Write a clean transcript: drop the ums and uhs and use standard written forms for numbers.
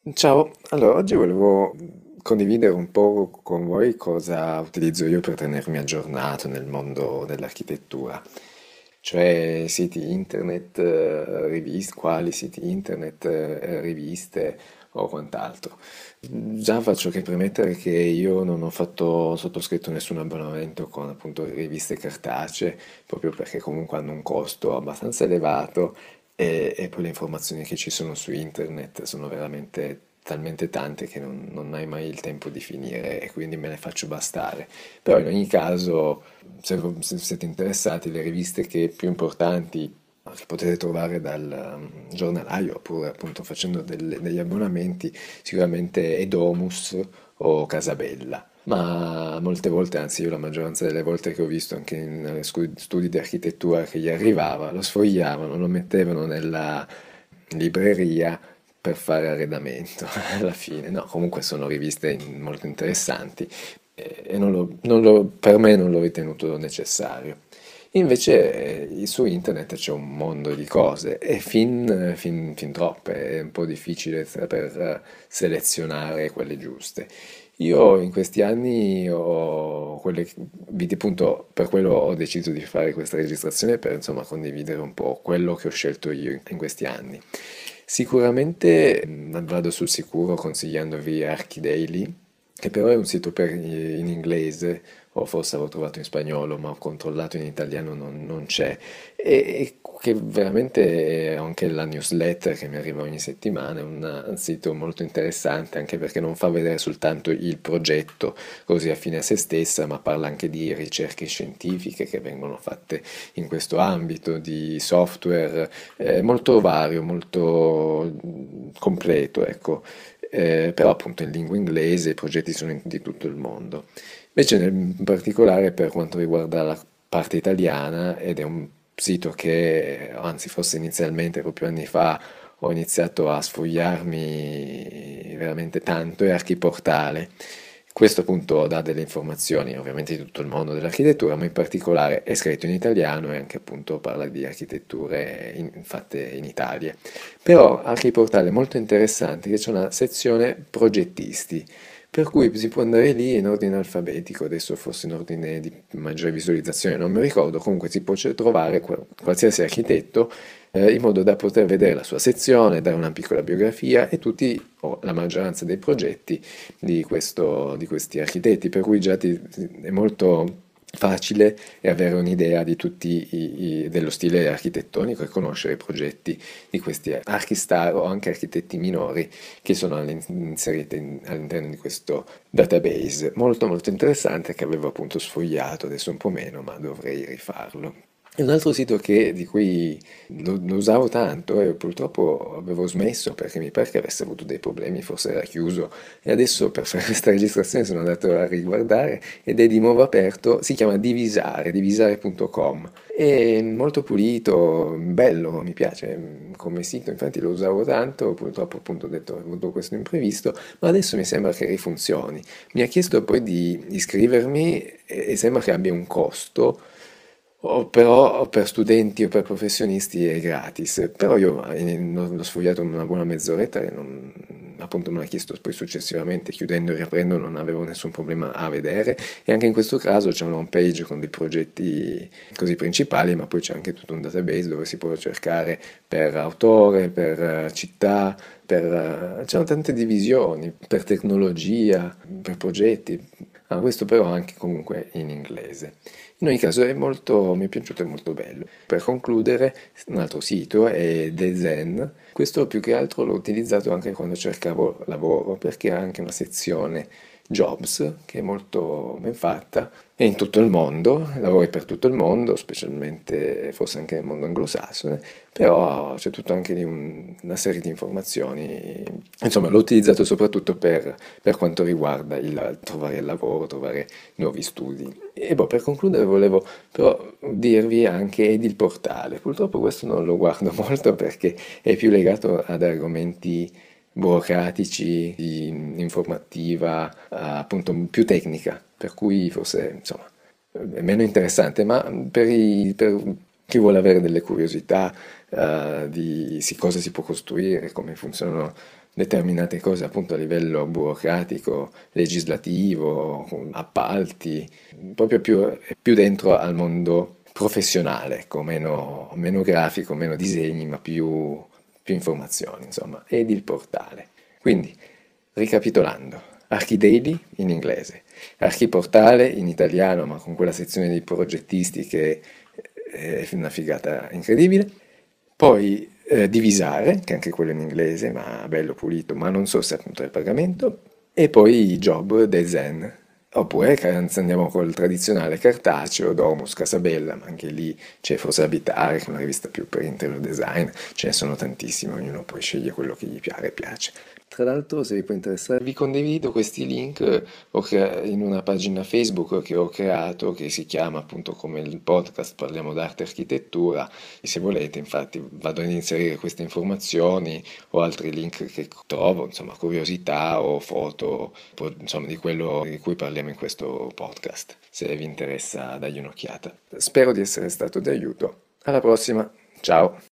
Ciao, allora oggi volevo condividere un po' con voi cosa utilizzo io per tenermi aggiornato nel mondo dell'architettura, cioè siti internet, riviste, quali siti internet, riviste o quant'altro. Già faccio che premettere che io non ho fatto sottoscritto nessun abbonamento con appunto riviste cartacee, proprio perché comunque hanno un costo abbastanza elevato e poi le informazioni che ci sono su internet sono veramente talmente tante che non hai mai il tempo di finire e quindi me le faccio bastare. Però in ogni caso, se siete interessati, le riviste che più importanti che potete trovare dal giornalaio oppure appunto facendo degli abbonamenti, sicuramente Edomus o Casabella. Ma molte volte, anzi io la maggioranza delle volte che ho visto anche in studi di architettura che gli arrivava, lo sfogliavano, lo mettevano nella libreria per fare arredamento alla fine. No, comunque sono riviste molto interessanti e per me non l'ho ritenuto necessario. Invece su internet c'è un mondo di cose e fin troppe, è un po' difficile saper selezionare quelle giuste. Io in questi anni vidi appunto per quello ho deciso di fare questa registrazione per insomma condividere un po' quello che ho scelto io in questi anni. Sicuramente vado sul sicuro consigliandovi Archidaily, che però è un sito in inglese, o forse l'avevo trovato in spagnolo, ma ho controllato in italiano, non c'è. E che veramente è anche la newsletter che mi arriva ogni settimana, è un sito molto interessante, anche perché non fa vedere soltanto il progetto così a fine a se stessa, ma parla anche di ricerche scientifiche che vengono fatte in questo ambito, di software, molto vario, molto completo, ecco. Però appunto in lingua inglese i progetti sono di tutto il mondo. Invece in particolare per quanto riguarda la parte italiana, ed è un sito che, anzi forse inizialmente proprio anni fa, ho iniziato a sfogliarmi veramente tanto, è Archiportale. Questo appunto dà delle informazioni ovviamente di tutto il mondo dell'architettura, ma in particolare è scritto in italiano e anche appunto parla di architetture fatte in Italia. Però Archiportale è molto interessante che c'è una sezione progettisti, per cui si può andare lì in ordine alfabetico, adesso forse in ordine di maggiore visualizzazione, non mi ricordo, comunque si può trovare qualsiasi architetto in modo da poter vedere la sua sezione, dare una piccola biografia e tutti o la maggioranza dei progetti di questi architetti, per cui è molto facile avere un'idea di dello stile architettonico e conoscere i progetti di questi archistar o anche architetti minori che sono inseriti all'interno di questo database. Molto molto interessante che avevo appunto sfogliato, adesso un po' meno, ma dovrei rifarlo. E un altro sito di cui lo usavo tanto e purtroppo avevo smesso perché mi pare che avesse avuto dei problemi, forse era chiuso e adesso per fare questa registrazione sono andato a riguardare ed è di nuovo aperto, si chiama divisare.com. È molto pulito, bello, mi piace come sito, infatti lo usavo tanto, purtroppo appunto ho detto ho avuto questo imprevisto, ma adesso mi sembra che rifunzioni. Mi ha chiesto poi di iscrivermi e sembra che abbia un costo. Però per studenti o per professionisti è gratis, però io l'ho sfogliato in una buona mezz'oretta e appunto me l'ha chiesto poi successivamente, chiudendo e riaprendo non avevo nessun problema a vedere e anche in questo caso c'è una home page con dei progetti così principali, ma poi c'è anche tutto un database dove si può cercare per autore, per città, c'erano tante divisioni, per tecnologia, per progetti. Ah, questo però anche comunque in inglese. In ogni caso mi è piaciuto, è molto bello. Per concludere, un altro sito è The Zen. Questo più che altro l'ho utilizzato anche quando cercavo lavoro, perché ha anche una sezione Jobs, che è molto ben fatta, e in tutto il mondo, lavori per tutto il mondo, specialmente forse anche nel mondo anglosassone, però c'è tutto anche lì una serie di informazioni. Insomma, l'ho utilizzato soprattutto per quanto riguarda il trovare il lavoro, trovare nuovi studi. E boh, per concludere volevo però dirvi anche ed il portale. Purtroppo questo non lo guardo molto perché è più legato ad argomenti burocratici, di informativa, appunto più tecnica, per cui forse insomma è meno interessante, ma per chi vuole avere delle curiosità di cosa si può costruire, come funzionano determinate cose appunto a livello burocratico, legislativo, con appalti, proprio più dentro al mondo professionale, ecco, meno grafico, meno disegni, ma più informazioni, insomma, ed il portale. Quindi, ricapitolando, Archidaily in inglese, Archiportale in italiano, ma con quella sezione di progettisti che è una figata incredibile. Poi Divisare, che anche quello in inglese, ma bello pulito, ma non so se appunto è a pagamento. E poi Job del Zen. Oppure andiamo col tradizionale cartaceo, Domus, Casabella, ma anche lì c'è Forse Abitare, che è una rivista più per interior design, ce ne sono tantissime, ognuno poi sceglie quello che gli piace. Tra l'altro, se vi può interessare, vi condivido questi link in una pagina Facebook che ho creato che si chiama appunto come il podcast Parliamo d'arte e architettura. E se volete, infatti, vado ad inserire queste informazioni o altri link che trovo, insomma, curiosità o foto, insomma, di quello di cui parliamo in questo podcast. Se vi interessa, dagli un'occhiata. Spero di essere stato d'aiuto. Alla prossima, ciao!